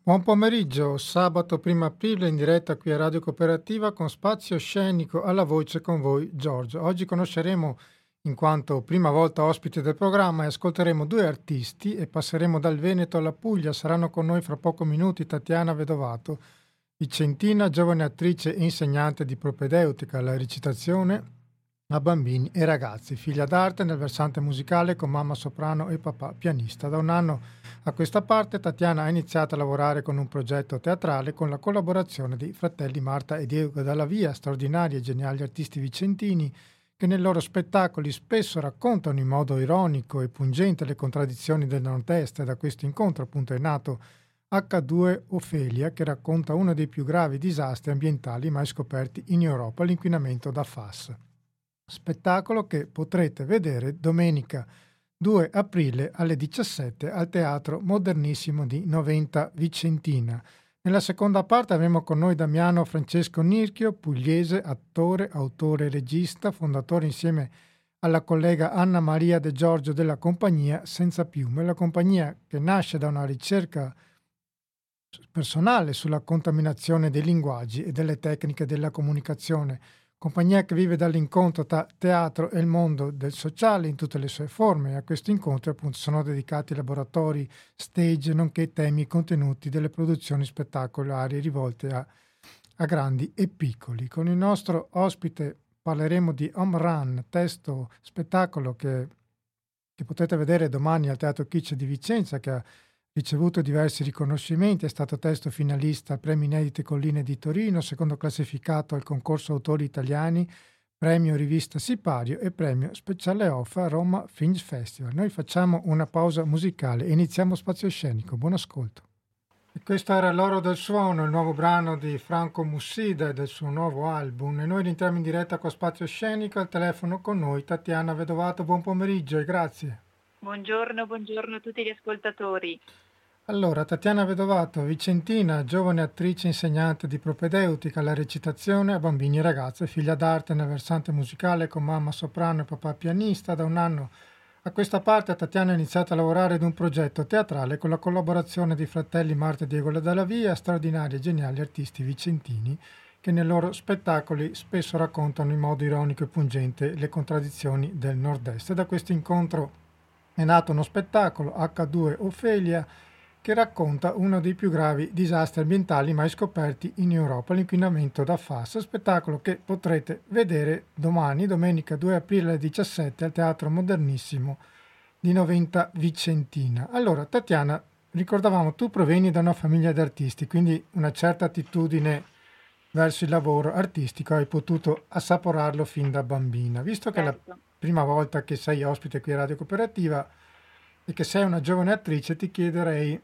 Buon pomeriggio, sabato 1 aprile in diretta qui a Radio Cooperativa con Spazio Scenico alla voce con voi Giorgio. Oggi conosceremo, in quanto prima volta ospite del programma, e ascolteremo due artisti e passeremo dal Veneto alla Puglia. Saranno con noi fra pochi minuti Tatiana Vedovato, vicentina, giovane attrice e insegnante di propedeutica alla recitazione a bambini e ragazzi, figlia d'arte nel versante musicale con mamma soprano e papà pianista. Da un anno a questa parte Tatiana ha iniziato a lavorare con un progetto teatrale con la collaborazione di fratelli Marta e Diego Dalla Via, straordinari e geniali artisti vicentini che nei loro spettacoli spesso raccontano in modo ironico e pungente le contraddizioni del Nord-Est, e da questo incontro appunto è nato H2 Ofelia, che racconta uno dei più gravi disastri ambientali mai scoperti in Europa, l'inquinamento da FAS. Spettacolo che potrete vedere domenica 2 aprile alle 17 al Teatro Modernissimo di Noventa Vicentina. Nella seconda parte avremo con noi Damiano Francesco Nirchio, pugliese, attore, autore e regista, fondatore insieme alla collega Anna Maria De Giorgio della compagnia Senza Piume, la compagnia che nasce da una ricerca personale sulla contaminazione dei linguaggi e delle tecniche della comunicazione, compagnia che vive dall'incontro tra teatro e il mondo del sociale in tutte le sue forme, e a questi incontri appunto sono dedicati laboratori, stage, nonché temi e contenuti delle produzioni spettacolari rivolte a grandi e piccoli. Con il nostro ospite parleremo di Home Run, testo spettacolo che potete vedere domani al Teatro Kitsch di Vicenza, che ha ricevuto diversi riconoscimenti, è stato testo finalista al Premio Inedite Colline di Torino, secondo classificato al concorso Autori Italiani, Premio Rivista Sipario e Premio Speciale Off a Roma Fringe Festival. Noi facciamo una pausa musicale e iniziamo Spazio Scenico. Buon ascolto. E questo era L'Oro del Suono, il nuovo brano di Franco Mussida e del suo nuovo album. E noi rientriamo in diretta con Spazio Scenico, al telefono con noi Tatiana Vedovato. Buon pomeriggio e grazie. Buongiorno a tutti gli ascoltatori. Allora, Tatiana Vedovato, vicentina, giovane attrice insegnante di propedeutica alla recitazione a bambini e ragazze, figlia d'arte nel versante musicale con mamma soprano e papà pianista. Da un anno a questa parte Tatiana ha iniziato a lavorare ad un progetto teatrale con la collaborazione di fratelli Marta e Diego Dalla Via, straordinari e geniali artisti vicentini che nei loro spettacoli spesso raccontano in modo ironico e pungente le contraddizioni del Nord-Est. E da questo incontro è nato uno spettacolo, H2 Ofelia, che racconta uno dei più gravi disastri ambientali mai scoperti in Europa, l'inquinamento da FAS, spettacolo che potrete vedere domani, domenica 2 aprile alle 17 al Teatro Modernissimo di Noventa Vicentina. Allora, Tatiana, ricordavamo, tu provieni da una famiglia di artisti, quindi una certa attitudine verso il lavoro artistico hai potuto assaporarlo fin da bambina. Visto che è la Certo. prima volta che sei ospite qui a Radio Cooperativa e che sei una giovane attrice, ti chiederei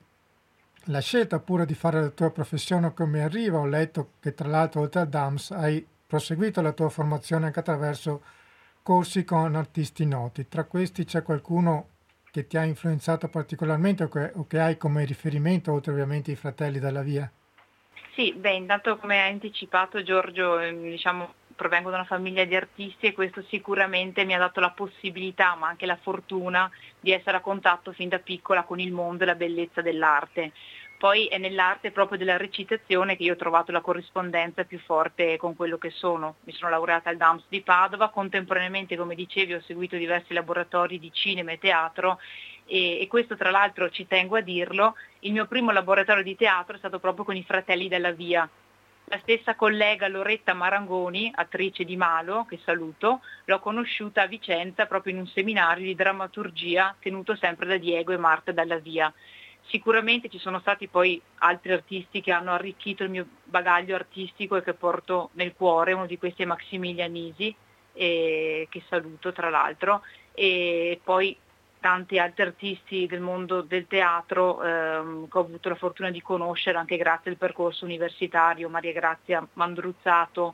la scelta pure di fare la tua professione come arriva. Ho letto che tra l'altro oltre al DAMS hai proseguito la tua formazione anche attraverso corsi con artisti noti. Tra questi c'è qualcuno che ti ha influenzato particolarmente o che hai come riferimento, oltre ovviamente i fratelli Dalla Via? Sì, intanto come hai anticipato Giorgio, provengo da una famiglia di artisti e questo sicuramente mi ha dato la possibilità, ma anche la fortuna, di essere a contatto fin da piccola con il mondo e la bellezza dell'arte. Poi è nell'arte proprio della recitazione che io ho trovato la corrispondenza più forte con quello che sono. Mi sono laureata al DAMS di Padova, contemporaneamente, come dicevi, ho seguito diversi laboratori di cinema e teatro e questo tra l'altro ci tengo a dirlo, il mio primo laboratorio di teatro è stato proprio con i fratelli Dalla Via. La stessa collega Loretta Marangoni, attrice di Malo, che saluto, l'ho conosciuta a Vicenza proprio in un seminario di drammaturgia tenuto sempre da Diego e Marta Dalla Via. Sicuramente ci sono stati poi altri artisti che hanno arricchito il mio bagaglio artistico e che porto nel cuore, uno di questi è Maximilian Nisi, che saluto tra l'altro, e poi tanti altri artisti del mondo del teatro che ho avuto la fortuna di conoscere anche grazie al percorso universitario, Maria Grazia Mandruzzato,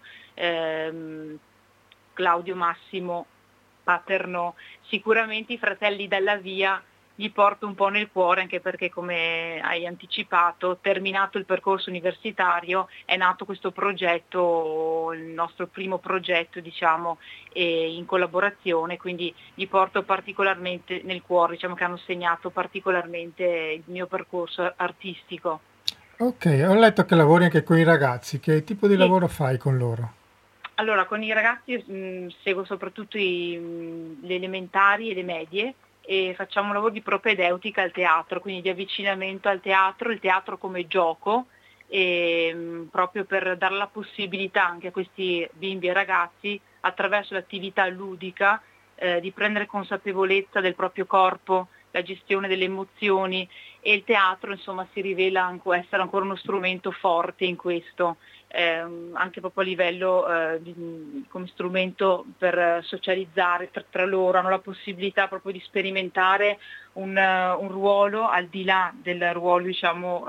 Claudio Massimo Paternò. Sicuramente i fratelli Dalla Via gli porto un po' nel cuore, anche perché, come hai anticipato, terminato il percorso universitario è nato questo progetto, il nostro primo progetto in collaborazione, quindi gli porto particolarmente nel cuore, che hanno segnato particolarmente il mio percorso artistico. Ok, ho letto che lavori anche con i ragazzi. Che tipo di Sì. lavoro fai con loro? Allora, con i ragazzi seguo soprattutto le elementari e le medie e facciamo un lavoro di propedeutica al teatro, quindi di avvicinamento al teatro, il teatro come gioco, e, proprio per dare la possibilità anche a questi bimbi e ragazzi, attraverso l'attività ludica, di prendere consapevolezza del proprio corpo, la gestione delle emozioni, e il teatro insomma si rivela essere ancora uno strumento forte in questo. Anche proprio a livello come strumento per socializzare tra loro, hanno la possibilità proprio di sperimentare un ruolo al di là del ruolo, diciamo,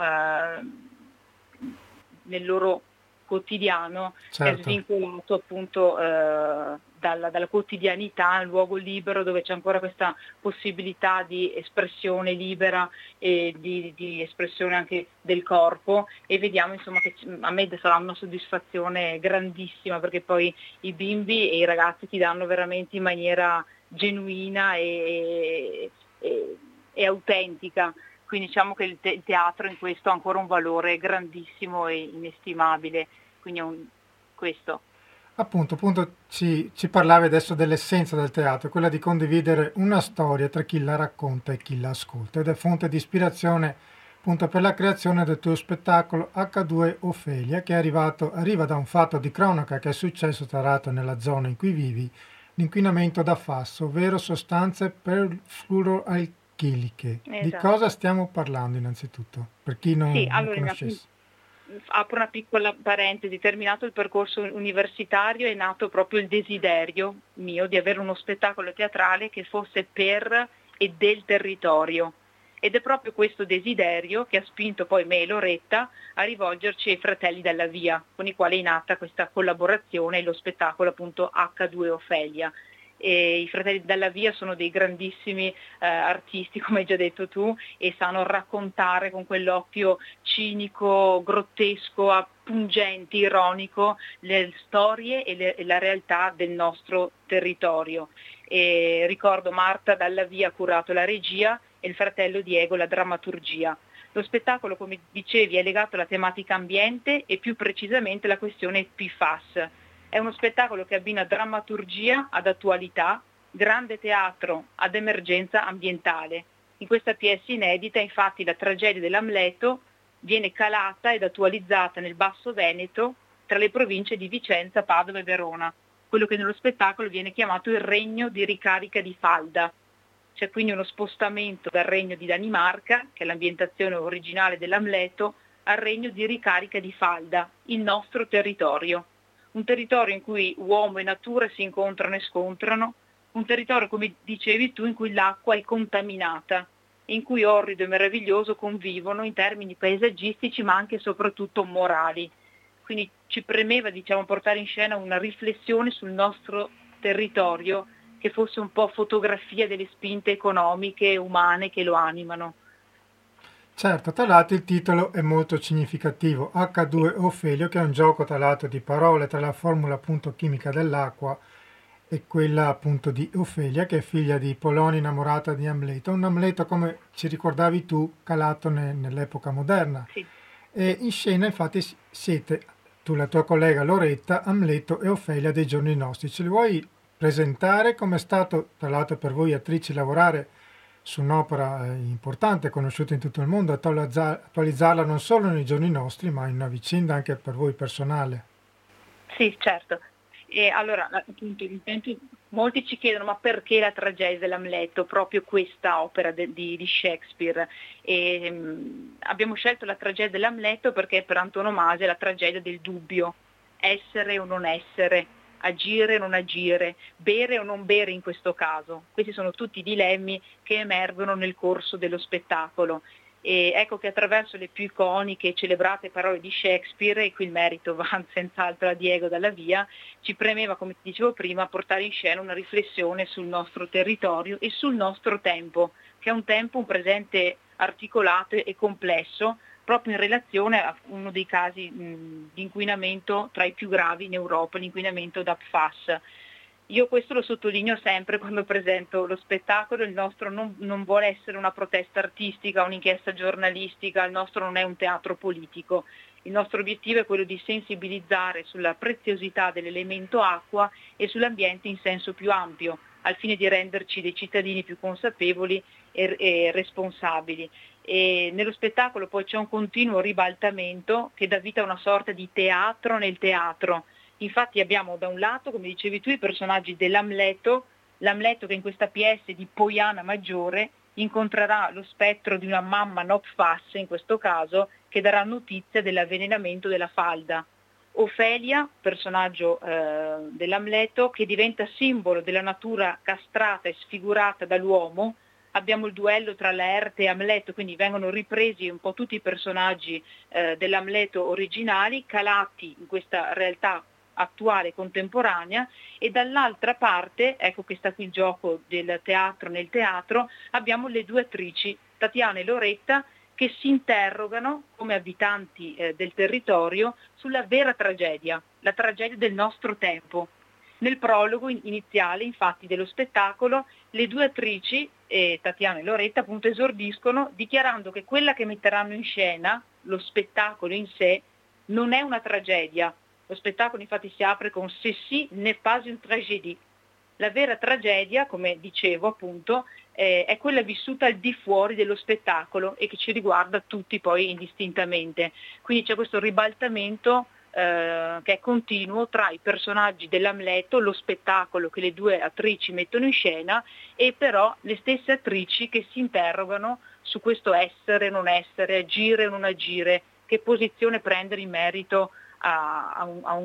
nel loro quotidiano, che è Certo. svincolato appunto dalla quotidianità, un luogo libero dove c'è ancora questa possibilità di espressione libera e di espressione anche del corpo, e vediamo insomma che a me sarà una soddisfazione grandissima, perché poi i bimbi e i ragazzi ti danno veramente in maniera genuina e autentica. Quindi diciamo che il teatro in questo ha ancora un valore grandissimo e inestimabile, quindi questo. Appunto, ci parlavi adesso dell'essenza del teatro, quella di condividere una storia tra chi la racconta e chi la ascolta, ed è fonte di ispirazione appunto per la creazione del tuo spettacolo H2 Ofelia, che arriva da un fatto di cronaca che è successo tra l'altro nella zona in cui vivi, l'inquinamento da FAS, ovvero sostanze perfluoroalchiliche. Di cosa Esatto. stiamo parlando innanzitutto, per chi Sì, non allora conoscesse? apro una piccola parentesi: terminato il percorso universitario è nato proprio il desiderio mio di avere uno spettacolo teatrale che fosse per e del territorio. Ed è proprio questo desiderio che ha spinto poi me e Loretta a rivolgerci ai Fratelli della Via, con i quali è nata questa collaborazione e lo spettacolo appunto H2 Ofelia. E i Fratelli della Via sono dei grandissimi artisti, come hai già detto tu, e sanno raccontare con quell'occhio cinico, grottesco, pungente, ironico, le storie e la realtà del nostro territorio. E ricordo Marta Dalla Via ha curato la regia e il fratello Diego la drammaturgia. Lo spettacolo, come dicevi, è legato alla tematica ambiente e più precisamente alla questione PFAS. È uno spettacolo che abbina drammaturgia ad attualità, grande teatro ad emergenza ambientale. In questa pièce inedita, infatti, la tragedia dell'Amleto viene calata ed attualizzata nel Basso Veneto, tra le province di Vicenza, Padova e Verona, quello che nello spettacolo viene chiamato il regno di ricarica di Falda. C'è quindi uno spostamento dal regno di Danimarca, che è l'ambientazione originale dell'Amleto, al regno di ricarica di Falda, il nostro territorio. Un territorio in cui uomo e natura si incontrano e scontrano, un territorio, come dicevi tu, in cui l'acqua è contaminata, in cui orrido e meraviglioso convivono in termini paesaggistici ma anche e soprattutto morali. Quindi ci premeva, diciamo, portare in scena una riflessione sul nostro territorio che fosse un po' fotografia delle spinte economiche e umane che lo animano. Certo, tra l'altro il titolo è molto significativo, Sì, H2 Ofelio, che è un gioco tra l'altro di parole tra la formula appunto chimica dell'acqua e quella appunto di Ofelia, che è figlia di Polonia innamorata di Amleto, un Amleto come ci ricordavi tu, calato nell'epoca moderna. sì, E sì. in scena infatti siete tu, la tua collega Loretta, Amleto e Ofelia dei giorni nostri. Ce li vuoi presentare? Com'è stato tra l'altro per voi attrici lavorare su un'opera importante, conosciuta in tutto il mondo, attualizzarla non solo nei giorni nostri, ma in una vicenda anche per voi personale. Sì, certo. E allora, appunto, molti ci chiedono ma perché la tragedia dell'Amleto, proprio questa opera di Shakespeare? E, abbiamo scelto la tragedia dell'Amleto perché per antonomasia è la tragedia del dubbio, essere o non essere, agire o non agire, bere o non bere in questo caso. Questi sono tutti i dilemmi che emergono nel corso dello spettacolo. E ecco che attraverso le più iconiche e celebrate parole di Shakespeare, e qui il merito va senz'altro a Diego Dalla Via, ci premeva, come ti dicevo prima, portare in scena una riflessione sul nostro territorio e sul nostro tempo, che è un tempo, un presente articolato e complesso, proprio in relazione a uno dei casi di inquinamento tra i più gravi in Europa, l'inquinamento da PFAS. Io questo lo sottolineo sempre quando presento lo spettacolo, il nostro non vuole essere una protesta artistica, un'inchiesta giornalistica, il nostro non è un teatro politico. Il nostro obiettivo è quello di sensibilizzare sulla preziosità dell'elemento acqua e sull'ambiente in senso più ampio, al fine di renderci dei cittadini più consapevoli e responsabili. E nello spettacolo poi c'è un continuo ribaltamento che dà vita a una sorta di teatro nel teatro. Infatti abbiamo da un lato, come dicevi tu, i personaggi dell'Amleto, l'Amleto che in questa pièce di Poiana Maggiore incontrerà lo spettro di una mamma Notfasse, in questo caso, che darà notizia dell'avvelenamento della falda. Ofelia, personaggio dell'Amleto, che diventa simbolo della natura castrata e sfigurata dall'uomo. Abbiamo il duello tra Laerte e Amleto, quindi vengono ripresi un po' tutti i personaggi dell'Amleto originali, calati in questa realtà attuale, contemporanea, e dall'altra parte, ecco che sta qui il gioco del teatro nel teatro, abbiamo le due attrici, Tatiana e Loretta, che si interrogano come abitanti del territorio sulla vera tragedia, la tragedia del nostro tempo. Nel prologo iniziale, infatti, dello spettacolo, le due attrici, Tatiana e Loretta, appunto esordiscono dichiarando che quella che metteranno in scena, lo spettacolo in sé, non è una tragedia. Lo spettacolo infatti si apre con «Ceci n'est pas une tragédie». La vera tragedia, come dicevo appunto, è quella vissuta al di fuori dello spettacolo e che ci riguarda tutti poi indistintamente. Quindi c'è questo ribaltamento che è continuo tra i personaggi dell'Amleto, lo spettacolo che le due attrici mettono in scena, e però le stesse attrici che si interrogano su questo essere, non essere, agire o non agire, che posizione prendere in merito a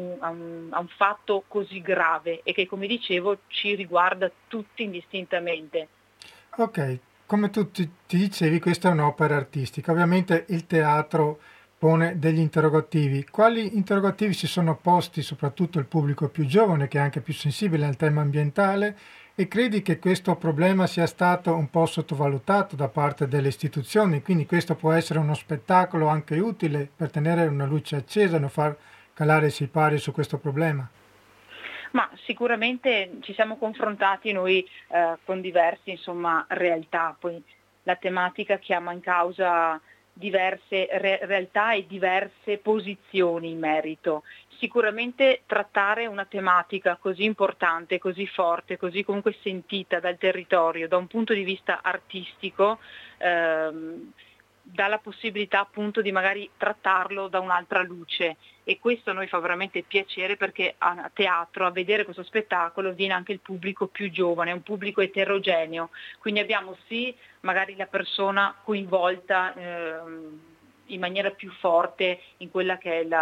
un fatto così grave e che, come dicevo, ci riguarda tutti indistintamente. Ok, come ti dicevi, questa è un'opera artistica. Ovviamente il teatro pone degli interrogativi. Quali interrogativi si sono posti soprattutto il pubblico più giovane, che è anche più sensibile al tema ambientale, e credi che questo problema sia stato un po' sottovalutato da parte delle istituzioni? Quindi questo può essere uno spettacolo anche utile per tenere una luce accesa e non far calare i sipari su questo problema? Ma sicuramente ci siamo confrontati noi con diverse realtà, poi la tematica chiama in causa diverse realtà e diverse posizioni in merito. Sicuramente trattare una tematica così importante, così forte, così comunque sentita dal territorio da un punto di vista artistico dà la possibilità appunto di magari trattarlo da un'altra luce, e questo a noi fa veramente piacere, perché a teatro, a vedere questo spettacolo, viene anche il pubblico più giovane, un pubblico eterogeneo, quindi abbiamo sì magari la persona coinvolta in maniera più forte in quella che è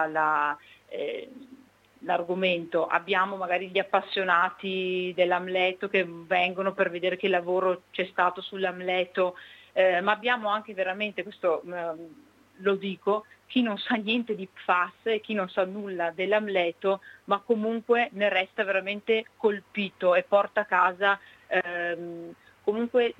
l'argomento, abbiamo magari gli appassionati dell'Amleto che vengono per vedere che lavoro c'è stato sull'Amleto, ma abbiamo anche veramente, questo lo dico, chi non sa niente di Pfaff e chi non sa nulla dell'Amleto, ma comunque ne resta veramente colpito e porta a casa comunque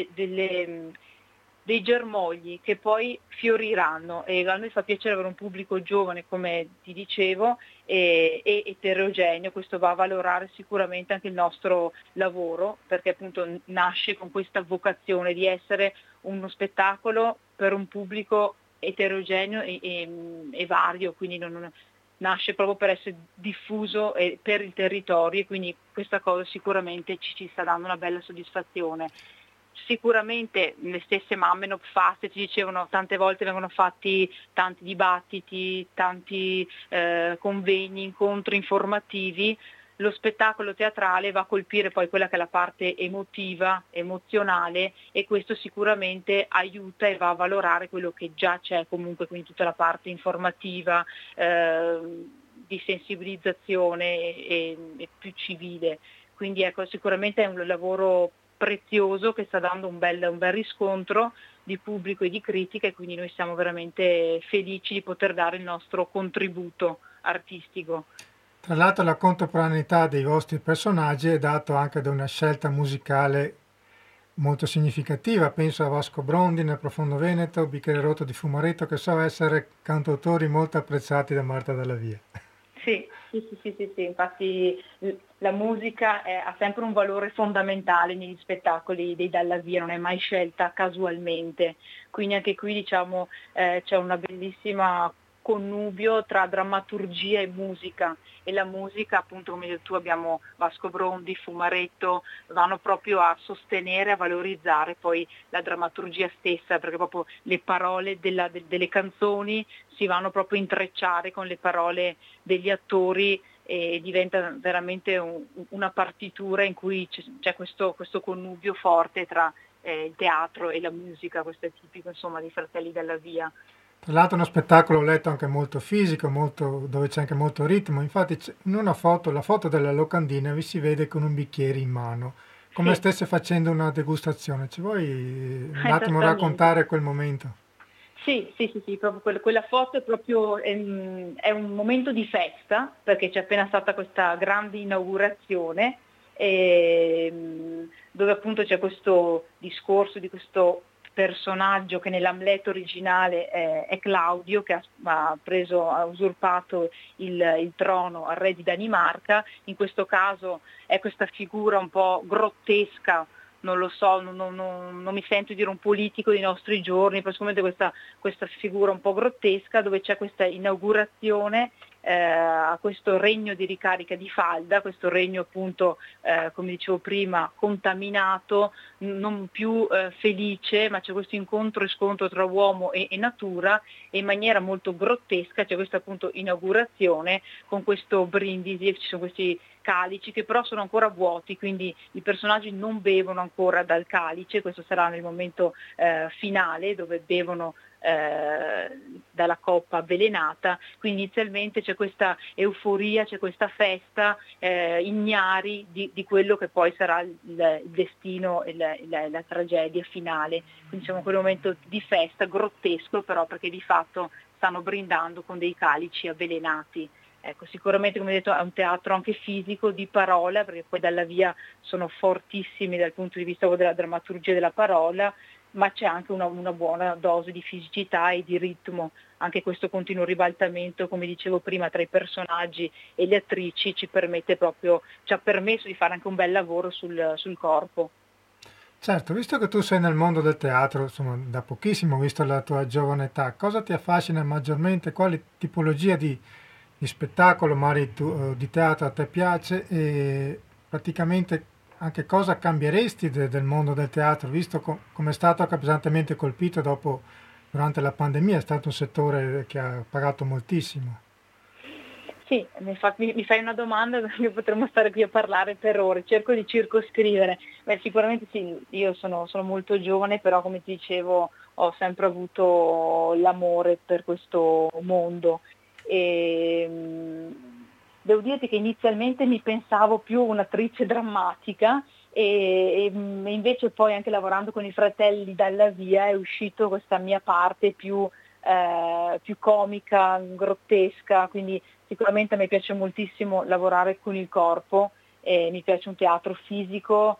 dei germogli che poi fioriranno, e a noi fa piacere avere un pubblico giovane, come ti dicevo, e eterogeneo. Questo va a valorare sicuramente anche il nostro lavoro, perché appunto nasce con questa vocazione di essere uno spettacolo per un pubblico eterogeneo e vario, quindi nasce proprio per essere diffuso per il territorio, e quindi questa cosa sicuramente ci sta dando una bella soddisfazione. Sicuramente le stesse mamme Notfass ci dicevano, tante volte vengono fatti tanti dibattiti, tanti convegni, incontri informativi. Lo spettacolo teatrale va a colpire poi quella che è la parte emotiva, emozionale, e questo sicuramente aiuta e va a valorare quello che già c'è comunque, quindi tutta la parte informativa, di sensibilizzazione e più civile. Quindi ecco, sicuramente è un lavoro prezioso che sta dando un bel riscontro di pubblico e di critica, e quindi noi siamo veramente felici di poter dare il nostro contributo artistico. Tra l'altro la contemporaneità dei vostri personaggi è dato anche da una scelta musicale molto significativa. Penso a Vasco Brondi nel Profondo Veneto, Bicchiere rotto di Fumoretto, che so essere cantautori molto apprezzati da Marta Dalla Via. Sì, Sì, infatti la musica ha sempre un valore fondamentale negli spettacoli dei Dalla Via, non è mai scelta casualmente, quindi anche qui diciamo c'è una bellissima connubio tra drammaturgia e musica, e la musica appunto come hai detto tu abbiamo Vasco Brondi, Fumaretto, vanno proprio a sostenere, a valorizzare poi la drammaturgia stessa, perché proprio le parole delle canzoni si vanno proprio a intrecciare con le parole degli attori e diventa veramente una partitura in cui c'è questo connubio forte tra il teatro e la musica. Questo è tipico insomma di Fratelli della Via. Tra l'altro è uno spettacolo, ho letto, anche molto fisico, dove c'è anche molto ritmo. Infatti in una foto, la foto della locandina, vi si vede con un bicchiere in mano, come Sì, stesse facendo una degustazione. Ci vuoi un attimo esattamente. raccontare quel momento? Sì, proprio quella foto è proprio è un momento di festa, perché c'è appena stata questa grande inaugurazione, dove appunto c'è questo discorso di questo personaggio che nell'Amleto originale è Claudio, che ha usurpato il trono al re di Danimarca. In questo caso è questa figura un po' grottesca, non lo so, non mi sento dire un politico dei nostri giorni, però sicuramente questa figura un po' grottesca, dove c'è questa inaugurazione a questo regno di ricarica di falda, questo regno appunto, come dicevo prima, contaminato, non più felice, ma c'è questo incontro e scontro tra uomo e natura, e in maniera molto grottesca c'è questa appunto inaugurazione con questo brindisi, e ci sono questi calici che però sono ancora vuoti, quindi i personaggi non bevono ancora dal calice. Questo sarà nel momento finale dove bevono dalla coppa avvelenata, quindi inizialmente c'è questa euforia, c'è questa festa, ignari di quello che poi sarà il destino e la tragedia finale. Quindi diciamo quel momento di festa grottesco, però perché di fatto stanno brindando con dei calici avvelenati. Ecco, sicuramente come detto è un teatro anche fisico, di parola, perché poi Dalla Via sono fortissimi dal punto di vista della drammaturgia della parola, ma c'è anche una buona dose di fisicità e di ritmo. Anche questo continuo ribaltamento, come dicevo prima, tra i personaggi e le attrici ci ha permesso di fare anche un bel lavoro sul corpo. Certo, visto che tu sei nel mondo del teatro, insomma, da pochissimo, visto la tua giovane età, cosa ti affascina maggiormente? Quale tipologia di spettacolo, magari di teatro a te piace e praticamente anche cosa cambieresti del mondo del teatro, visto come è stato pesantemente colpito durante la pandemia, è stato un settore che ha pagato moltissimo. Sì, mi fai una domanda che potremmo stare qui a parlare per ore, cerco di circoscrivere. Beh, sicuramente sì, io sono molto giovane, però come ti dicevo ho sempre avuto l'amore per questo mondo. E, devo dirti che inizialmente mi pensavo più un'attrice drammatica e invece poi anche lavorando con i fratelli Dalla Via è uscito questa mia parte più comica, grottesca, quindi sicuramente a me piace moltissimo lavorare con il corpo e mi piace un teatro fisico,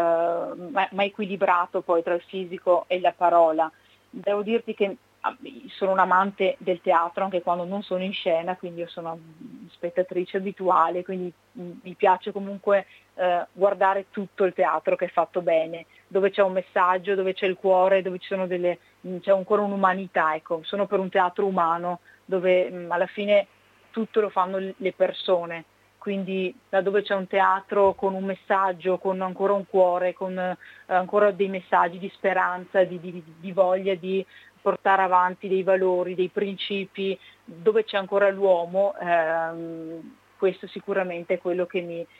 ma equilibrato poi tra il fisico e la parola. Devo dirti che sono un amante del teatro anche quando non sono in scena, quindi io sono spettatrice abituale, quindi mi piace comunque guardare tutto il teatro che è fatto bene, dove c'è un messaggio, dove c'è il cuore, dove c'è ancora un'umanità. Ecco, sono per un teatro umano dove alla fine tutto lo fanno le persone, quindi laddove c'è un teatro con un messaggio, con ancora un cuore, con ancora dei messaggi di speranza, di voglia di portare avanti dei valori, dei principi, dove c'è ancora l'uomo, questo sicuramente è quello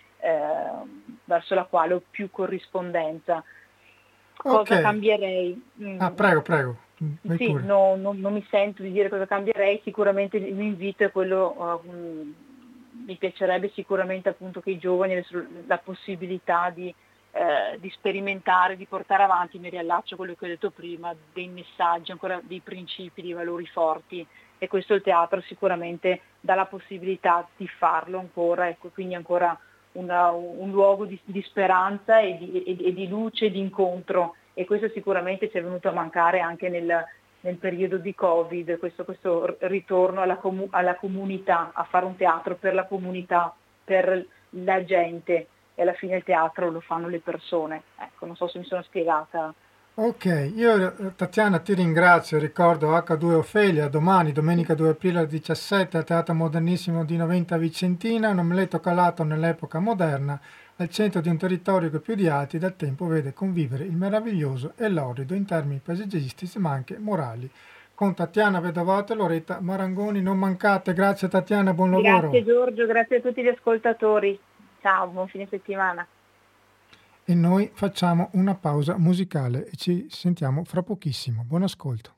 verso la quale ho più corrispondenza. Ok, Cosa cambierei? prego, prego, vai Sì, pure. non mi sento di dire cosa cambierei, sicuramente il mio invito è quello, mi piacerebbe sicuramente appunto che i giovani avessero la possibilità di sperimentare, di portare avanti, mi riallaccio a quello che ho detto prima, dei messaggi, ancora dei principi, dei valori forti, e questo il teatro sicuramente dà la possibilità di farlo ancora, ecco, quindi ancora un luogo di speranza e di luce, di incontro, e questo sicuramente ci è venuto a mancare anche nel periodo di Covid, questo ritorno alla comunità, a fare un teatro per la comunità, per la gente, e alla fine il teatro lo fanno le persone. Ecco, non so se mi sono spiegata. Ok, io Tatiana ti ringrazio, ricordo H2 Ofelia, domani, domenica 2 aprile alle 17, al Teatro Modernissimo di Noventa Vicentina, un omeletto calato nell'epoca moderna, al centro di un territorio che più di altri dal tempo vede convivere il meraviglioso e l'orrido in termini paesaggistici ma anche morali. Con Tatiana Vedovato e Loretta Marangoni, non mancate, grazie Tatiana, buon Grazie lavoro. Giorgio, grazie a tutti gli ascoltatori. Ciao, buon fine settimana. E noi facciamo una pausa musicale e ci sentiamo fra pochissimo. Buon ascolto.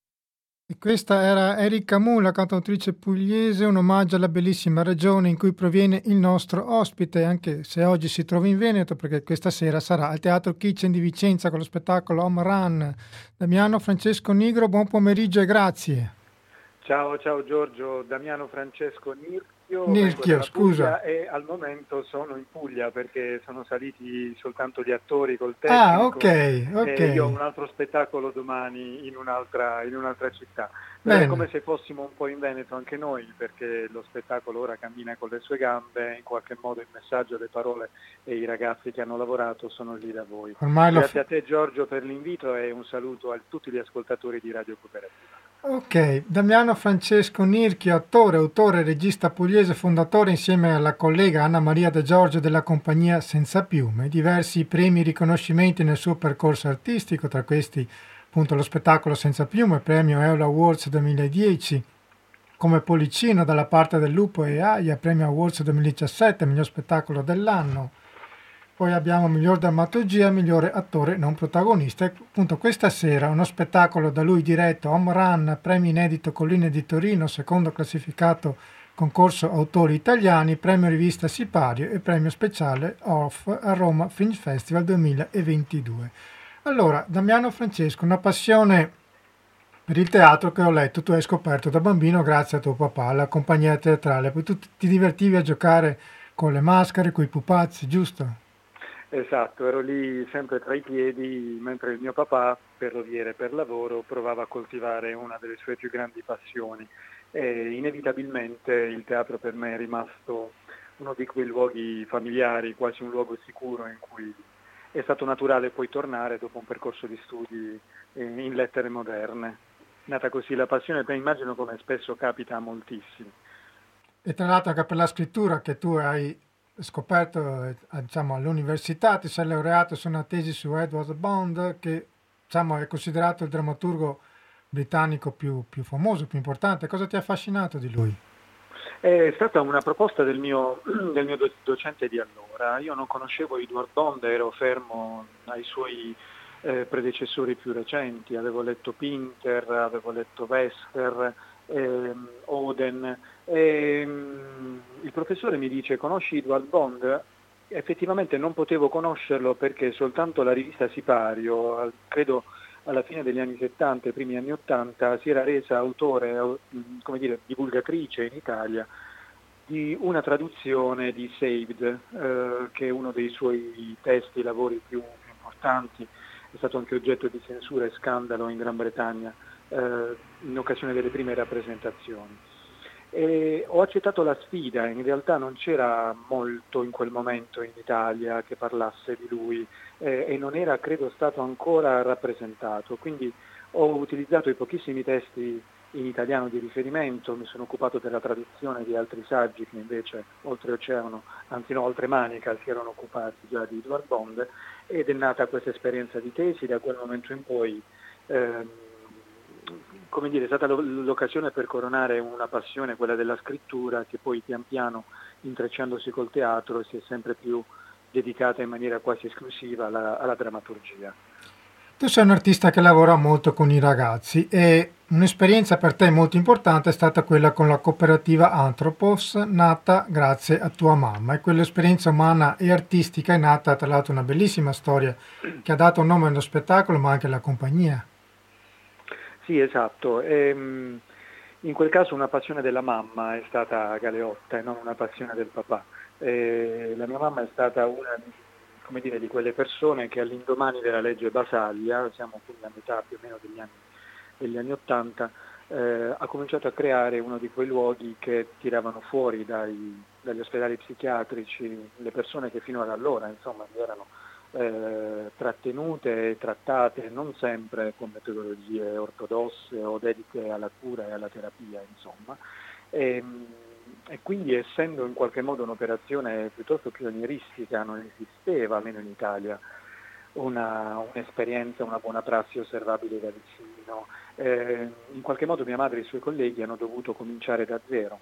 E questa era Erika Mu, la cantautrice pugliese, un omaggio alla bellissima regione in cui proviene il nostro ospite, anche se oggi si trova in Veneto, perché questa sera sarà al Teatro Kitchen di Vicenza con lo spettacolo Home Run. Damiano Francesco Nigro, buon pomeriggio e grazie. Ciao, ciao Giorgio, Damiano Francesco Nirchio, vengo Nirchio, dalla scusa. Puglia e al momento sono in Puglia perché sono saliti soltanto gli attori col Ah, ok, tecnico ok. e io ho un altro spettacolo domani in un'altra città. Però è come Bene. se fossimo un po' in Veneto anche noi perché lo spettacolo ora cammina con le sue gambe, in qualche modo il messaggio, le parole e i ragazzi che hanno lavorato sono lì da voi. Ormai lo... Grazie a te Giorgio per l'invito e un saluto a tutti gli ascoltatori di Radio Cooperativa. Ok, Damiano Francesco Nirchio, attore, autore, regista pugliese, fondatore insieme alla collega Anna Maria De Giorgio della compagnia Senza Piume, diversi premi e riconoscimenti nel suo percorso artistico, tra questi appunto lo spettacolo Senza Piume, premio Eula Awards 2010, come Policino dalla parte del Lupo e Aia, premio Awards 2017, miglior spettacolo dell'anno. Poi abbiamo miglior drammaturgia, migliore attore non protagonista. E appunto questa sera uno spettacolo da lui diretto, Home Run, premio inedito Colline di Torino, secondo classificato concorso autori italiani, premio rivista Sipario e premio speciale OFF a Roma Film Festival 2022. Allora, Damiano Francesco, una passione per il teatro che ho letto, tu hai scoperto da bambino grazie a tuo papà, alla compagnia teatrale, poi tu ti divertivi a giocare con le maschere, con i pupazzi, giusto? Esatto, ero lì sempre tra i piedi, mentre il mio papà, ferroviere per lavoro, provava a coltivare una delle sue più grandi passioni. E inevitabilmente il teatro per me è rimasto uno di quei luoghi familiari, quasi un luogo sicuro in cui è stato naturale poi tornare dopo un percorso di studi in lettere moderne. Nata così la passione, poi immagino come spesso capita a moltissimi. E tra l'altro anche per la scrittura che tu hai scoperto diciamo, all'università, ti sei laureato su una tesi su Edward Bond, che diciamo, è considerato il drammaturgo britannico più famoso, più importante. Cosa ti ha affascinato di lui? È stata una proposta del mio docente di allora. Io non conoscevo Edward Bond, ero fermo ai suoi predecessori più recenti, avevo letto Pinter, avevo letto Wester, Oden. Il professore mi dice: conosci Edward Bond? Effettivamente non potevo conoscerlo perché soltanto la rivista Sipario, credo alla fine degli anni 70 e primi anni 80, si era resa autore, come dire, divulgatrice in Italia di una traduzione di Saved, che è uno dei suoi testi, lavori più importanti, è stato anche oggetto di censura e scandalo in Gran Bretagna in occasione delle prime rappresentazioni. E ho accettato la sfida, in realtà non c'era molto in quel momento in Italia che parlasse di lui e non era, credo, stato ancora rappresentato, quindi ho utilizzato i pochissimi testi in italiano di riferimento, mi sono occupato della traduzione di altri saggi che invece oltreoceano, anzi no, oltre Manica, si erano occupati già di Edward Bond, ed è nata questa esperienza di tesi. Da quel momento in poi come dire, è stata l'occasione per coronare una passione, quella della scrittura, che poi pian piano, intrecciandosi col teatro, si è sempre più dedicata in maniera quasi esclusiva alla drammaturgia. Tu sei un artista che lavora molto con i ragazzi e un'esperienza per te molto importante è stata quella con la cooperativa Anthropos, nata grazie a tua mamma. E quell'esperienza umana e artistica è nata, tra l'altro, una bellissima storia che ha dato nome allo spettacolo, ma anche alla compagnia. Sì, esatto. In quel caso una passione della mamma è stata Galeotta e non una passione del papà. La mia mamma è stata una, come dire, di quelle persone che all'indomani della legge Basaglia, siamo quindi a metà più o meno degli anni '80, ha cominciato a creare uno di quei luoghi che tiravano fuori dagli ospedali psichiatrici le persone che fino ad allora insomma erano trattenute e trattate non sempre con metodologie ortodosse o dedite alla cura e alla terapia, insomma. E quindi, essendo in qualche modo un'operazione piuttosto pionieristica, non esisteva, almeno in Italia, un'esperienza, una buona prassi osservabile da vicino. In qualche modo mia madre e i suoi colleghi hanno dovuto cominciare da zero.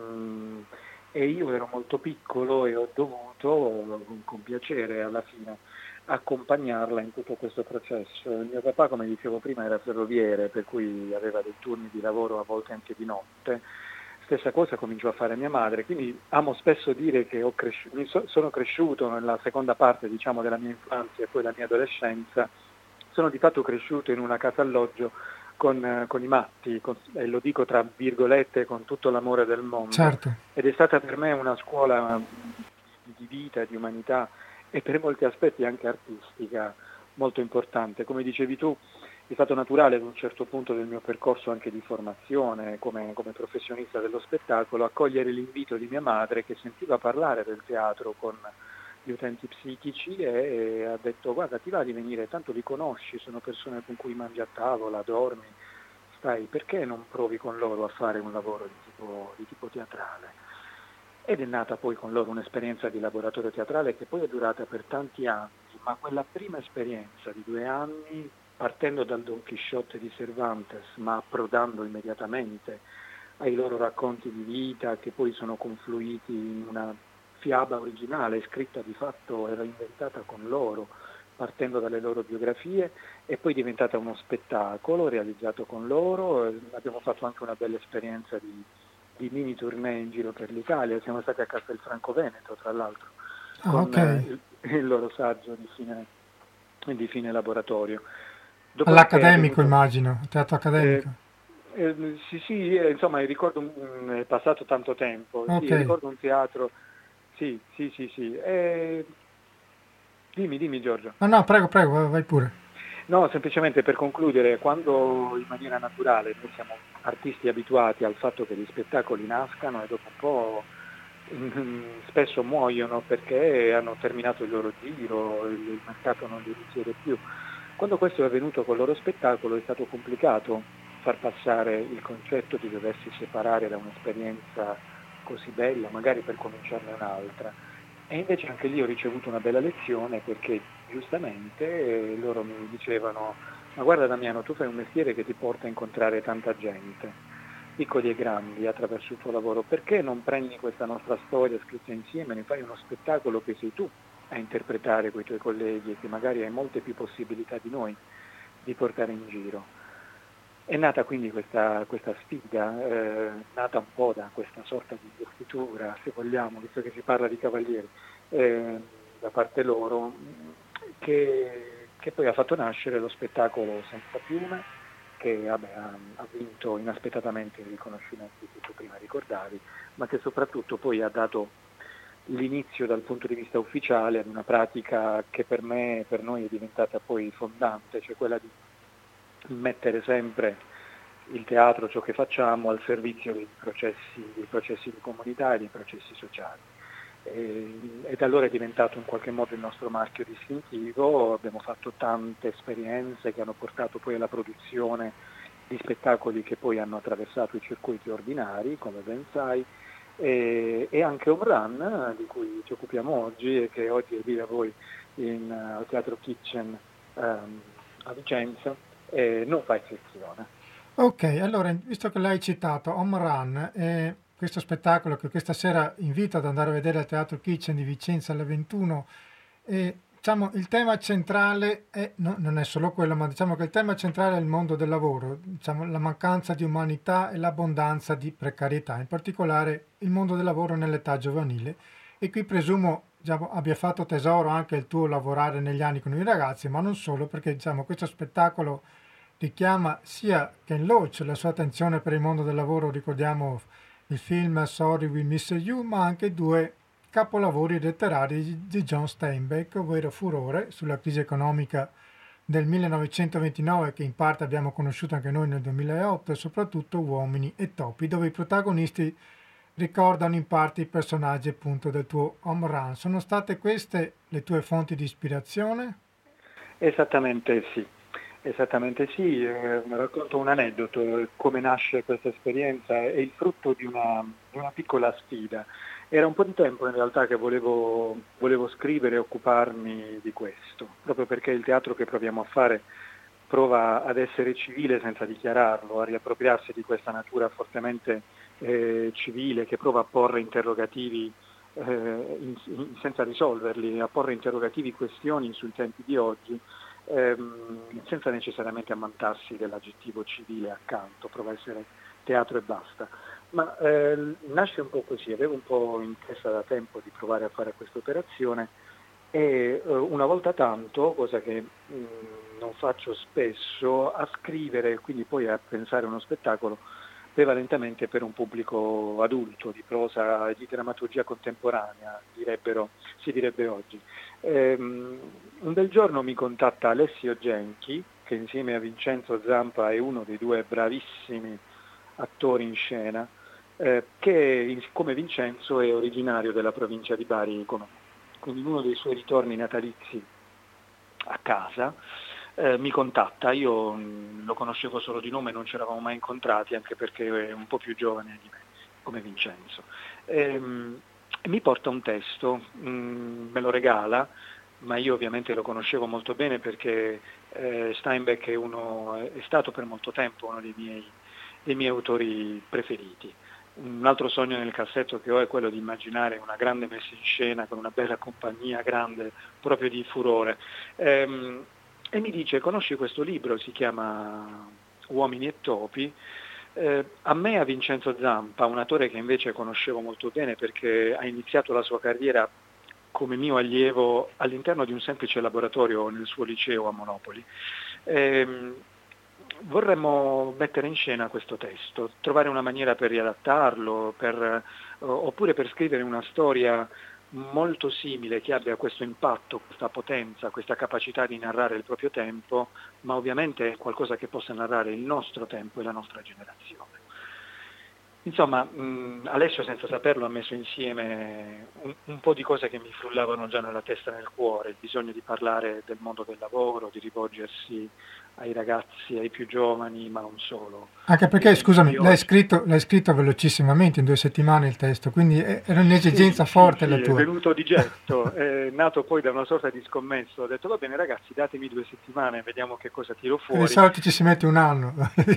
E io ero molto piccolo e ho dovuto, con piacere alla fine, accompagnarla in tutto questo processo. Il mio papà, come dicevo prima, era ferroviere, per cui aveva dei turni di lavoro a volte anche di notte. Stessa cosa cominciò a fare mia madre, quindi amo spesso dire che sono cresciuto nella seconda parte, diciamo, della mia infanzia e poi della mia adolescenza, sono di fatto cresciuto in una casa alloggio con i matti, e lo dico tra virgolette con tutto l'amore del mondo. Certo. Ed è stata per me una scuola di vita, di umanità e per molti aspetti anche artistica molto importante. Come dicevi tu, è stato naturale ad un certo punto del mio percorso anche di formazione come professionista dello spettacolo accogliere l'invito di mia madre, che sentiva parlare del teatro con gli utenti psichici e ha detto: guarda, ti va di venire, tanto li conosci, sono persone con cui mangi a tavola, dormi, stai, perché non provi con loro a fare un lavoro di tipo teatrale? Ed è nata poi con loro un'esperienza di laboratorio teatrale che poi è durata per tanti anni, ma quella prima esperienza di 2 anni, partendo dal Don Chisciotte di Cervantes, ma approdando immediatamente ai loro racconti di vita, che poi sono confluiti in una fiaba originale, scritta di fatto, era inventata con loro, partendo dalle loro biografie, e poi diventata uno spettacolo realizzato con loro. Abbiamo fatto anche una bella esperienza di mini tournée in giro per l'Italia, siamo stati a Castelfranco Veneto, tra l'altro, con il loro saggio di fine laboratorio. All'Accademico, immagino, teatro accademico. Sì, insomma, ricordo, è passato tanto tempo, sì, ricordo un teatro, sì. Dimmi Giorgio. No, prego, vai pure. No, semplicemente per concludere, quando in maniera naturale noi siamo artisti abituati al fatto che gli spettacoli nascano e dopo un po' spesso muoiono perché hanno terminato il loro giro, il mercato non li richiede più. Quando questo è avvenuto con il loro spettacolo è stato complicato far passare il concetto di doversi separare da un'esperienza così bella, magari per cominciarne un'altra. E invece anche lì ho ricevuto una bella lezione, perché giustamente loro mi dicevano: ma guarda Damiano, tu fai un mestiere che ti porta a incontrare tanta gente, piccoli e grandi, attraverso il tuo lavoro, perché non prendi questa nostra storia scritta insieme, ne fai uno spettacolo che sei tu a interpretare con i tuoi colleghi e che magari hai molte più possibilità di noi di portare in giro. È nata quindi questa sfida, nata un po' da questa sorta di investitura, se vogliamo, visto che si parla di cavalieri, da parte loro, che poi ha fatto nascere lo spettacolo Senza Piume, che ha vinto inaspettatamente i riconoscimenti che tu prima ricordavi, ma che soprattutto poi ha dato l'inizio dal punto di vista ufficiale ad una pratica che per noi è diventata poi fondante, cioè quella di mettere sempre il teatro, ciò che facciamo, al servizio dei processi di comunità e dei processi sociali. E da allora è diventato in qualche modo il nostro marchio distintivo. Abbiamo fatto tante esperienze che hanno portato poi alla produzione di spettacoli che poi hanno attraversato i circuiti ordinari, come ben sai, e anche Home Run, di cui ci occupiamo oggi e che oggi è lì da voi al Teatro Kitchen a Vicenza, non fa eccezione. Ok, allora, visto che l'hai citato, Home Run, questo spettacolo che questa sera invito ad andare a vedere al Teatro Kitchen di Vicenza alle 21, diciamo, il tema centrale non è solo quello, ma diciamo che il tema centrale è il mondo del lavoro, diciamo, la mancanza di umanità e l'abbondanza di precarietà, in particolare il mondo del lavoro nell'età giovanile. E qui presumo, diciamo, abbia fatto tesoro anche il tuo lavorare negli anni con i ragazzi, ma non solo, perché diciamo, questo spettacolo richiama sia Ken Loach la sua attenzione per il mondo del lavoro, ricordiamo il film Sorry We Miss You, ma anche 2 capolavori letterari di John Steinbeck, ovvero Furore sulla crisi economica del 1929 che in parte abbiamo conosciuto anche noi nel 2008 e soprattutto Uomini e Topi, dove i protagonisti ricordano in parte i personaggi appunto del tuo home run. Sono state queste le tue fonti di ispirazione? Esattamente sì, esattamente sì. Racconto un aneddoto, come nasce questa esperienza, è il frutto di una piccola sfida. Era un po' di tempo in realtà che volevo scrivere e occuparmi di questo, proprio perché il teatro che proviamo a fare prova ad essere civile senza dichiararlo, a riappropriarsi di questa natura fortemente civile che prova a porre interrogativi senza risolverli, a porre interrogativi, questioni sui tempi di oggi, senza necessariamente ammantarsi dell'aggettivo civile accanto, prova a essere teatro e basta. Ma nasce un po' così, avevo un po' in testa da tempo di provare a fare questa operazione e una volta tanto, cosa che non faccio spesso, a scrivere, quindi poi a pensare a uno spettacolo prevalentemente per un pubblico adulto, di prosa e di drammaturgia contemporanea, si direbbe oggi. Un bel giorno mi contatta Alessio Genchi, che insieme a Vincenzo Zampa è uno dei due bravissimi attori in scena, che come Vincenzo è originario della provincia di Bari, come me. Quindi in uno dei suoi ritorni natalizi a casa mi contatta. Io lo conoscevo solo di nome, non ci eravamo mai incontrati, anche perché è un po' più giovane di me, come Vincenzo. Mi porta un testo, me lo regala, ma io ovviamente lo conoscevo molto bene perché Steinbeck è stato per molto tempo uno dei miei autori preferiti. Un altro sogno nel cassetto che ho è quello di immaginare una grande messa in scena con una bella compagnia grande, proprio di furore. E mi dice: conosci questo libro? Si chiama Uomini e Topi. A me, a Vincenzo Zampa, un attore che invece conoscevo molto bene perché ha iniziato la sua carriera come mio allievo all'interno di un semplice laboratorio nel suo liceo a Monopoli. Vorremmo mettere in scena questo testo, trovare una maniera per riadattarlo, oppure per scrivere una storia molto simile, che abbia questo impatto, questa potenza, questa capacità di narrare il proprio tempo, ma ovviamente qualcosa che possa narrare il nostro tempo e la nostra generazione. Insomma, Alessio senza saperlo ha messo insieme un po' di cose che mi frullavano già nella testa e nel cuore, il bisogno di parlare del mondo del lavoro, di rivolgersi ai ragazzi, ai più giovani, ma non solo. Anche perché, scusami, l'hai scritto velocissimamente, in 2 settimane il testo, quindi era un'esigenza forte la Sì, è tua. venuto di getto, è nato poi da una sorta di scommesso. Ho detto: va bene ragazzi, datemi 2 settimane, vediamo che cosa tiro E di fuori. solito ci si mette un anno.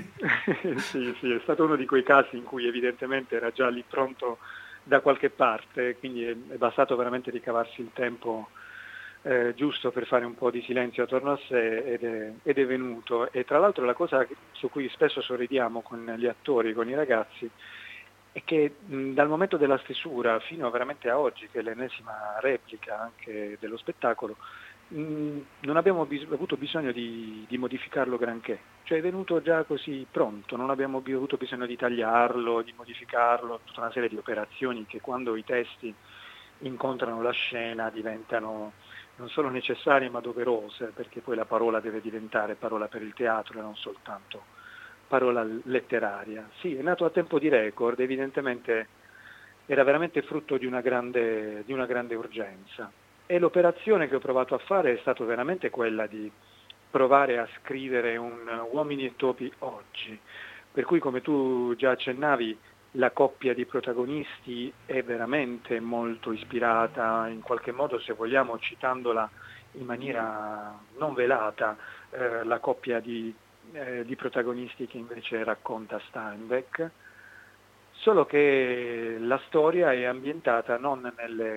Sì, è stato uno di quei casi in cui evidentemente era già lì pronto da qualche parte, quindi è bastato veramente ricavarsi il tempo giusto per fare un po' di silenzio attorno a sé ed è venuto. E tra l'altro la cosa su cui spesso sorridiamo con gli attori, con i ragazzi, è che dal momento della stesura fino veramente a oggi, che è l'ennesima replica anche dello spettacolo, non abbiamo avuto bisogno di modificarlo granché, cioè è venuto già così pronto, non abbiamo avuto bisogno di tagliarlo, di modificarlo, tutta una serie di operazioni che quando i testi incontrano la scena diventano non solo necessarie ma doverose, perché poi la parola deve diventare parola per il teatro e non soltanto parola letteraria. Sì, è nato a tempo di record, evidentemente era veramente frutto di una grande urgenza. E l'operazione che ho provato a fare è stata veramente quella di provare a scrivere un Uomini e Topi oggi, per cui, come tu già accennavi, la coppia di protagonisti è veramente molto ispirata, in qualche modo, se vogliamo, citandola in maniera non velata, la coppia di protagonisti che invece racconta Steinbeck, solo che la storia è ambientata non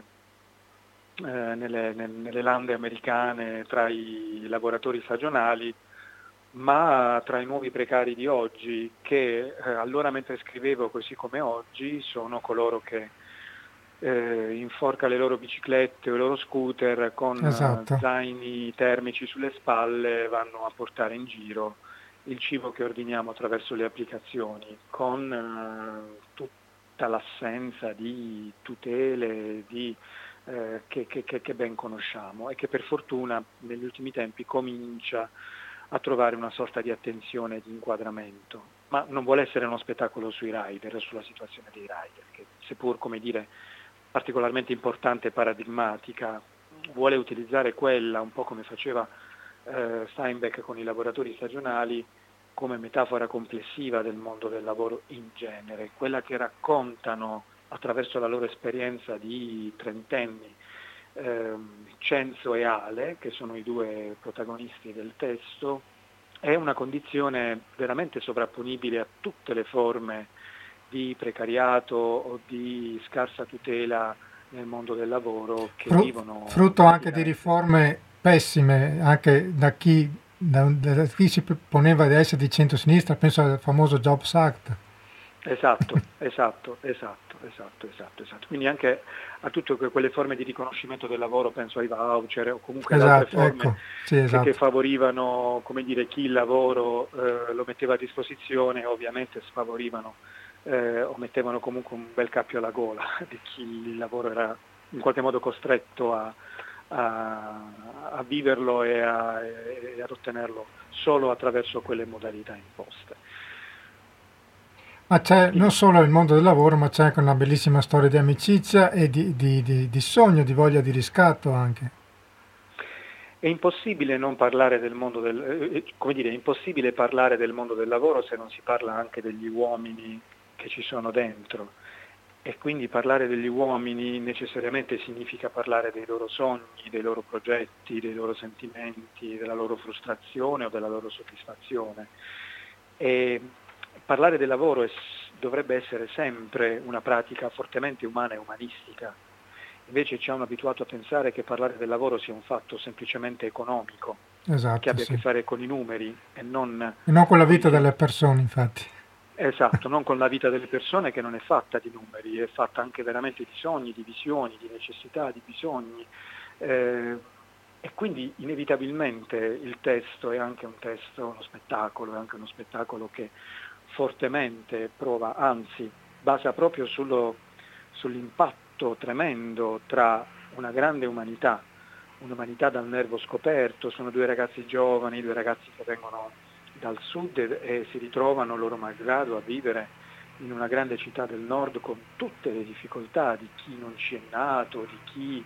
nelle lande americane tra i lavoratori stagionali, ma tra i nuovi precari di oggi, che allora mentre scrivevo, così come oggi, sono coloro che inforca le loro biciclette o i loro scooter con Esatto. zaini termici sulle spalle, vanno a portare in giro il cibo che ordiniamo attraverso le applicazioni, con tutta l'assenza di tutele, di che ben conosciamo e che per fortuna negli ultimi tempi comincia a trovare una sorta di attenzione e di inquadramento, ma non vuole essere uno spettacolo sui rider, sulla situazione dei rider, che seppur, come dire, particolarmente importante e paradigmatica, vuole utilizzare quella, un po' come faceva Steinbeck con i lavoratori stagionali, come metafora complessiva del mondo del lavoro in genere, quella che raccontano attraverso la loro esperienza di trentenni, Cenzo e Ale, che sono i due protagonisti del testo, è una condizione veramente sovrapponibile a tutte le forme di precariato o di scarsa tutela nel mondo del lavoro che vivono. Frutto anche di riforme pessime, anche da chi si poneva di essere di centro-sinistra, penso al famoso Jobs Act. Esatto. Quindi anche a tutte quelle forme di riconoscimento del lavoro, penso ai voucher o comunque ad altre forme che favorivano, come dire, chi il lavoro lo metteva a disposizione, ovviamente sfavorivano o mettevano comunque un bel cappio alla gola di chi il lavoro era in qualche modo costretto a viverlo e ad ottenerlo solo attraverso quelle modalità imposte. Ma c'è non solo il mondo del lavoro, ma c'è anche una bellissima storia di amicizia e di sogno, di voglia di riscatto anche. È impossibile non parlare del mondo è impossibile parlare del mondo del lavoro se non si parla anche degli uomini che ci sono dentro. E quindi parlare degli uomini necessariamente significa parlare dei loro sogni, dei loro progetti, dei loro sentimenti, della loro frustrazione o della loro soddisfazione. E parlare del lavoro dovrebbe essere sempre una pratica fortemente umana e umanistica. Invece ci hanno abituato a pensare che parlare del lavoro sia un fatto semplicemente economico, che abbia a che fare con i numeri e non con la vita delle persone, infatti. Esatto, non con la vita delle persone, che non è fatta di numeri, è fatta anche veramente di sogni, di visioni, di necessità, di bisogni. E quindi inevitabilmente il testo è anche un testo, uno spettacolo, è anche uno spettacolo che fortemente prova, anzi basa proprio sull'impatto tremendo tra una grande umanità, un'umanità dal nervo scoperto. Sono due ragazzi giovani, due ragazzi che vengono dal sud e si ritrovano loro malgrado a vivere in una grande città del nord con tutte le difficoltà di chi non ci è nato, di chi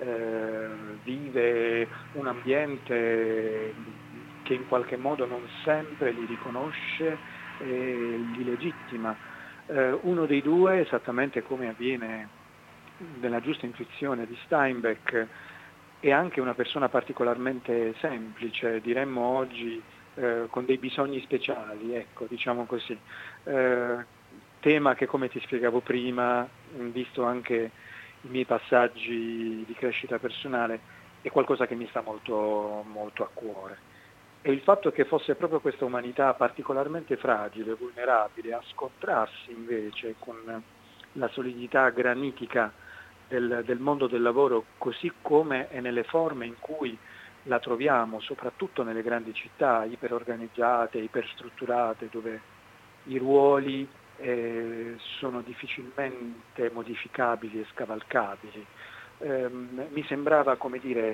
vive un ambiente che in qualche modo non sempre li riconosce e li legittima. Uno dei due, esattamente come avviene nella giusta intuizione di Steinbeck, è anche una persona particolarmente semplice, diremmo oggi con dei bisogni speciali, ecco, diciamo così. Tema che, come ti spiegavo prima, visto anche i miei passaggi di crescita personale, è qualcosa che mi sta molto, molto a cuore. E il fatto che fosse proprio questa umanità particolarmente fragile, vulnerabile, a scontrarsi invece con la solidità granitica del mondo del lavoro, così come è nelle forme in cui la troviamo, soprattutto nelle grandi città iperorganizzate, iperstrutturate, dove i ruoli sono difficilmente modificabili e scavalcabili. Mi sembrava, come dire,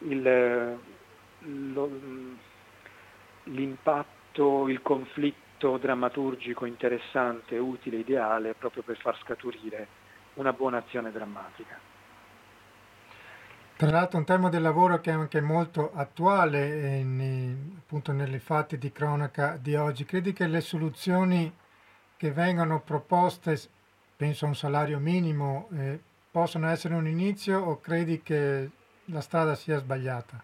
l'impatto, il conflitto drammaturgico interessante, utile, ideale, proprio per far scaturire una buona azione drammatica. Tra l'altro un tema del lavoro che è anche molto attuale appunto nelle fatti di cronaca di oggi. Credi che le soluzioni che vengono proposte, penso a un salario minimo, possono essere un inizio o credi che la strada sia sbagliata?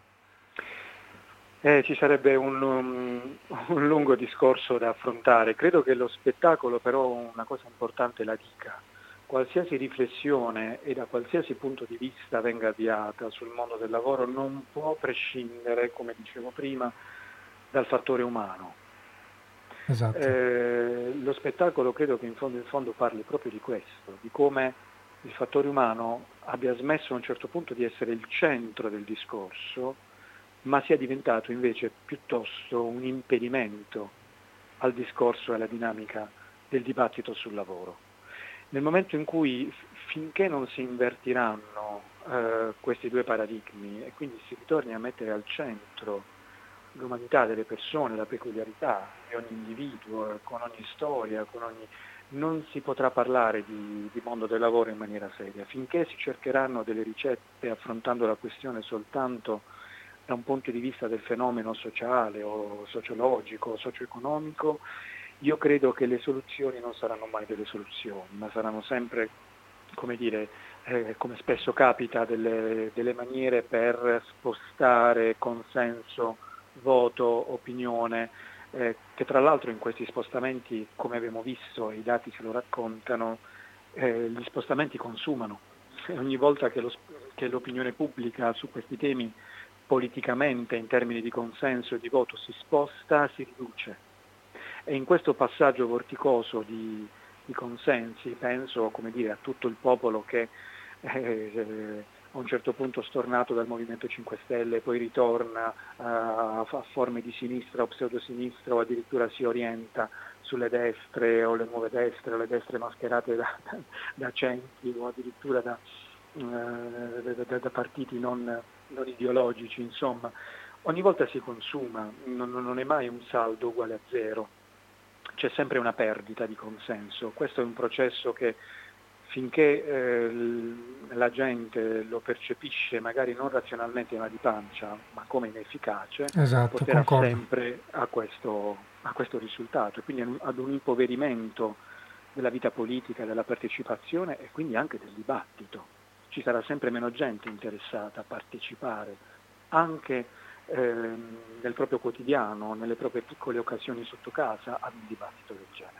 Ci sarebbe un lungo discorso da affrontare. Credo che lo spettacolo però una cosa importante la dica. Qualsiasi riflessione e da qualsiasi punto di vista venga avviata sul mondo del lavoro non può prescindere, come dicevo prima, dal fattore umano. Esatto. Lo spettacolo credo che in fondo parli proprio di questo, di come il fattore umano abbia smesso a un certo punto di essere il centro del discorso, ma sia diventato invece piuttosto un impedimento al discorso e alla dinamica del dibattito sul lavoro. Nel momento in cui, finché non si invertiranno questi due paradigmi e quindi si ritorni a mettere al centro l'umanità delle persone, la peculiarità di ogni individuo, con ogni storia, non si potrà parlare di mondo del lavoro in maniera seria. Finché si cercheranno delle ricette affrontando la questione soltanto da un punto di vista del fenomeno sociale o sociologico o socio-economico, io credo che le soluzioni non saranno mai delle soluzioni, ma saranno sempre, come dire, come spesso capita, delle maniere per spostare consenso, voto, opinione, che tra l'altro in questi spostamenti, come abbiamo visto, i dati ce lo raccontano, gli spostamenti consumano. Ogni volta che l'opinione pubblica su questi temi politicamente, in termini di consenso e di voto, si sposta, si riduce. E in questo passaggio vorticoso di consensi, penso, come dire, a tutto il popolo che a un certo punto stornato dal Movimento 5 Stelle, poi ritorna a forme di sinistra o pseudosinistra o addirittura si orienta sulle destre o le nuove destre o le destre mascherate da centri o addirittura da partiti non ideologici, insomma. Ogni volta si consuma, non è mai un saldo uguale a zero, c'è sempre una perdita di consenso. Questo è un processo che finché la gente lo percepisce magari non razionalmente ma di pancia, ma come inefficace, Esatto, porterà concordo. sempre a questo risultato, e quindi ad un impoverimento della vita politica, della partecipazione e quindi anche del dibattito. Ci sarà sempre meno gente interessata a partecipare anche nel proprio quotidiano, nelle proprie piccole occasioni sotto casa, ad un dibattito del genere.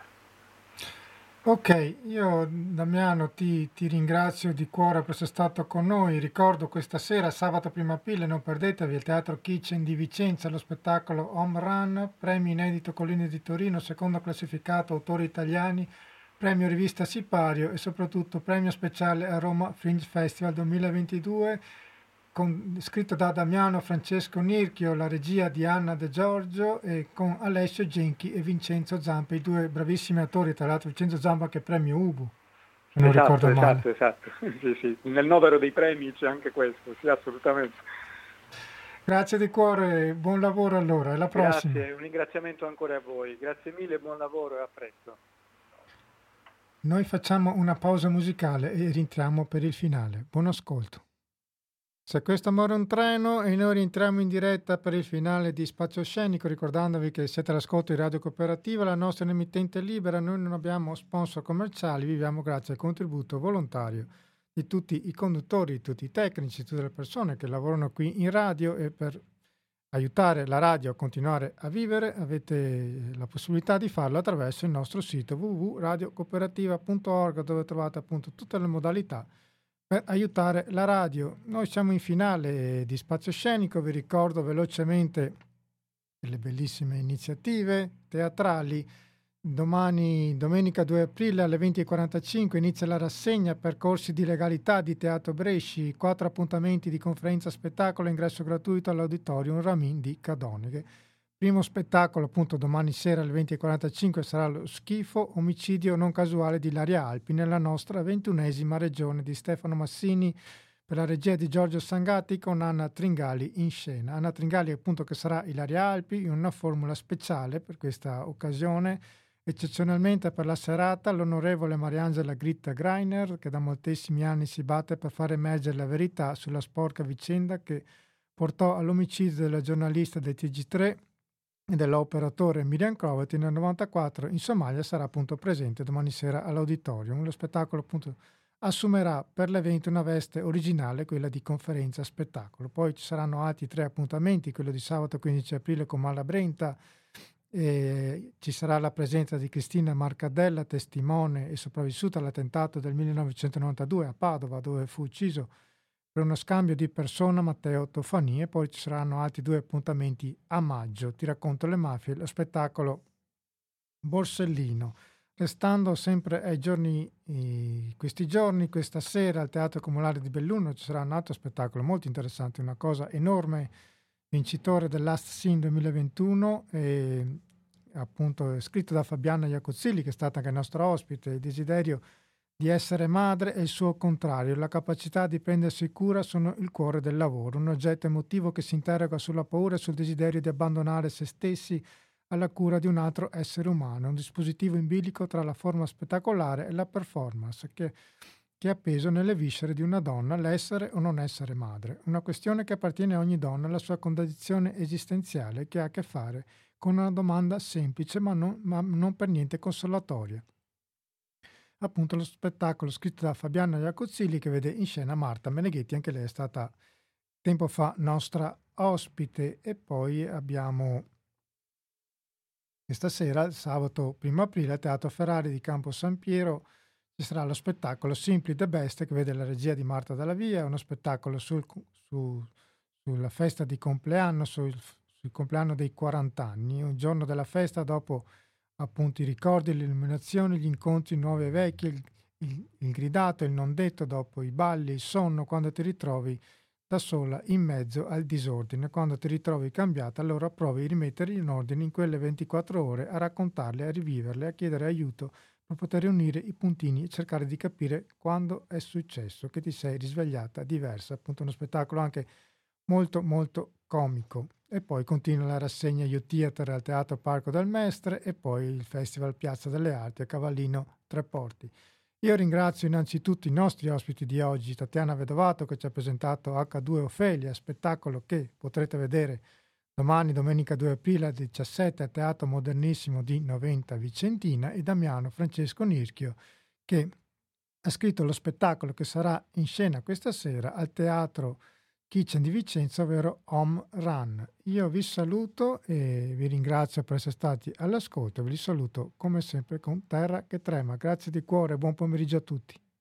Ok, io Damiano ti ringrazio di cuore per essere stato con noi. Ricordo questa sera, sabato prima aprile, non perdetevi il Teatro Kitchen di Vicenza, lo spettacolo Home Run, premio inedito Colline di Torino, secondo classificato autori italiani, premio rivista Sipario e soprattutto premio speciale a Roma Fringe Festival 2022, scritto da Damiano Francesco Nirchio, la regia di Anna De Giorgio e con Alessio Genchi e Vincenzo Zampa, i due bravissimi attori, tra l'altro Vincenzo Zampa che è premio Ubu, se non ricordo male. Esatto. Sì. Nel novero dei premi c'è anche questo, sì, assolutamente. Grazie di cuore, buon lavoro allora, alla prossima. Grazie, un ringraziamento ancora a voi, grazie mille, buon lavoro e a presto. Noi facciamo una pausa musicale e rientriamo per il finale. Buon ascolto. Se questo muore un treno e noi rientriamo in diretta per il finale di Spazio Scenico, ricordandovi che siete all'ascolto di Radio Cooperativa, la nostra emittente libera, noi non abbiamo sponsor commerciali, viviamo grazie al contributo volontario di tutti i conduttori, tutti i tecnici, tutte le persone che lavorano qui in radio, e per aiutare la radio a continuare a vivere avete la possibilità di farlo attraverso il nostro sito www.radiocooperativa.org, dove trovate appunto tutte le modalità per aiutare la radio. Noi siamo in finale di Spazio Scenico, vi ricordo velocemente le bellissime iniziative teatrali. Domani, domenica 2 aprile alle 20:45, inizia la rassegna Percorsi di legalità di Teatro Bresci, 4 appuntamenti di conferenza spettacolo, ingresso gratuito all'Auditorium Ramin di Cadoneghe. Primo spettacolo appunto domani sera alle 20:45 sarà Lo schifo, omicidio non casuale di Ilaria Alpi, nella nostra 21esima regione, di Stefano Massini, per la regia di Giorgio Sangatti, con Anna Tringali in scena. Anna Tringali appunto che sarà Ilaria Alpi in una formula speciale per questa occasione. Eccezionalmente per la serata l'onorevole Mariangela Gritta Greiner, che da moltissimi anni si batte per far emergere la verità sulla sporca vicenda che portò all'omicidio della giornalista del TG3 e dell'operatore Miriam Crovetti nel 94 in Somalia, sarà appunto presente domani sera all'Auditorium. Lo spettacolo appunto assumerà per l'evento una veste originale, quella di conferenza spettacolo. Poi ci saranno altri 3 appuntamenti, quello di sabato 15 aprile con Mala Brenta, ci sarà la presenza di Cristina Marcadella, testimone e sopravvissuta all'attentato del 1992 a Padova, dove fu ucciso per uno scambio di persona Matteo Tofani. E poi ci saranno altri 2 appuntamenti a maggio, Ti racconto le mafie, lo spettacolo Borsellino. Restando sempre ai giorni, questi giorni, questa sera al Teatro Comunale di Belluno ci sarà un altro spettacolo molto interessante, una cosa enorme, vincitore del Last Scene 2021, appunto scritto da Fabiana Iacozzilli, che è stata anche nostra ospite. Il desiderio di essere madre è il suo contrario, la capacità di prendersi cura sono il cuore del lavoro, un oggetto emotivo che si interroga sulla paura e sul desiderio di abbandonare se stessi alla cura di un altro essere umano, un dispositivo in bilico tra la forma spettacolare e la performance che è appeso nelle viscere di una donna, l'essere o non essere madre, una questione che appartiene a ogni donna alla sua condizione esistenziale che ha a che fare con una domanda semplice ma non per niente consolatoria. Appunto lo spettacolo scritto da Fabiana Iacozzilli che vede in scena Marta Meneghetti, anche lei è stata tempo fa nostra ospite. E poi abbiamo questa sera, il sabato 1 aprile, al Teatro Ferrari di Campo San Piero ci sarà lo spettacolo Simply the Best che vede la regia di Marta Dalla Via, uno spettacolo sulla festa di compleanno, sul compleanno dei 40 anni, un giorno della festa dopo appunto i ricordi, le illuminazioni, gli incontri nuovi e vecchi, il gridato, il non detto, dopo i balli, il sonno, quando ti ritrovi da sola in mezzo al disordine, quando ti ritrovi cambiata, allora provi a rimetterli in ordine in quelle 24 ore, a raccontarle, a riviverle, a chiedere aiuto per poter unire i puntini e cercare di capire quando è successo che ti sei risvegliata diversa. Appunto uno spettacolo anche molto molto comico. E poi continua la rassegna Youth Theater al Teatro Parco del Mestre e poi il Festival Piazza delle Arti a Cavallino Treporti. Io ringrazio innanzitutto i nostri ospiti di oggi, Tatiana Vedovato che ci ha presentato H2 Ofelia, spettacolo che potrete vedere domani, domenica 2 aprile alle 17 al Teatro Modernissimo di Noventa Vicentina, e Damiano Francesco Nirchio che ha scritto lo spettacolo che sarà in scena questa sera al Teatro Kitchen di Vicenza, ovvero Home Run. Io vi saluto e vi ringrazio per essere stati all'ascolto. Vi saluto come sempre con Terra che trema. Grazie di cuore, buon pomeriggio a tutti.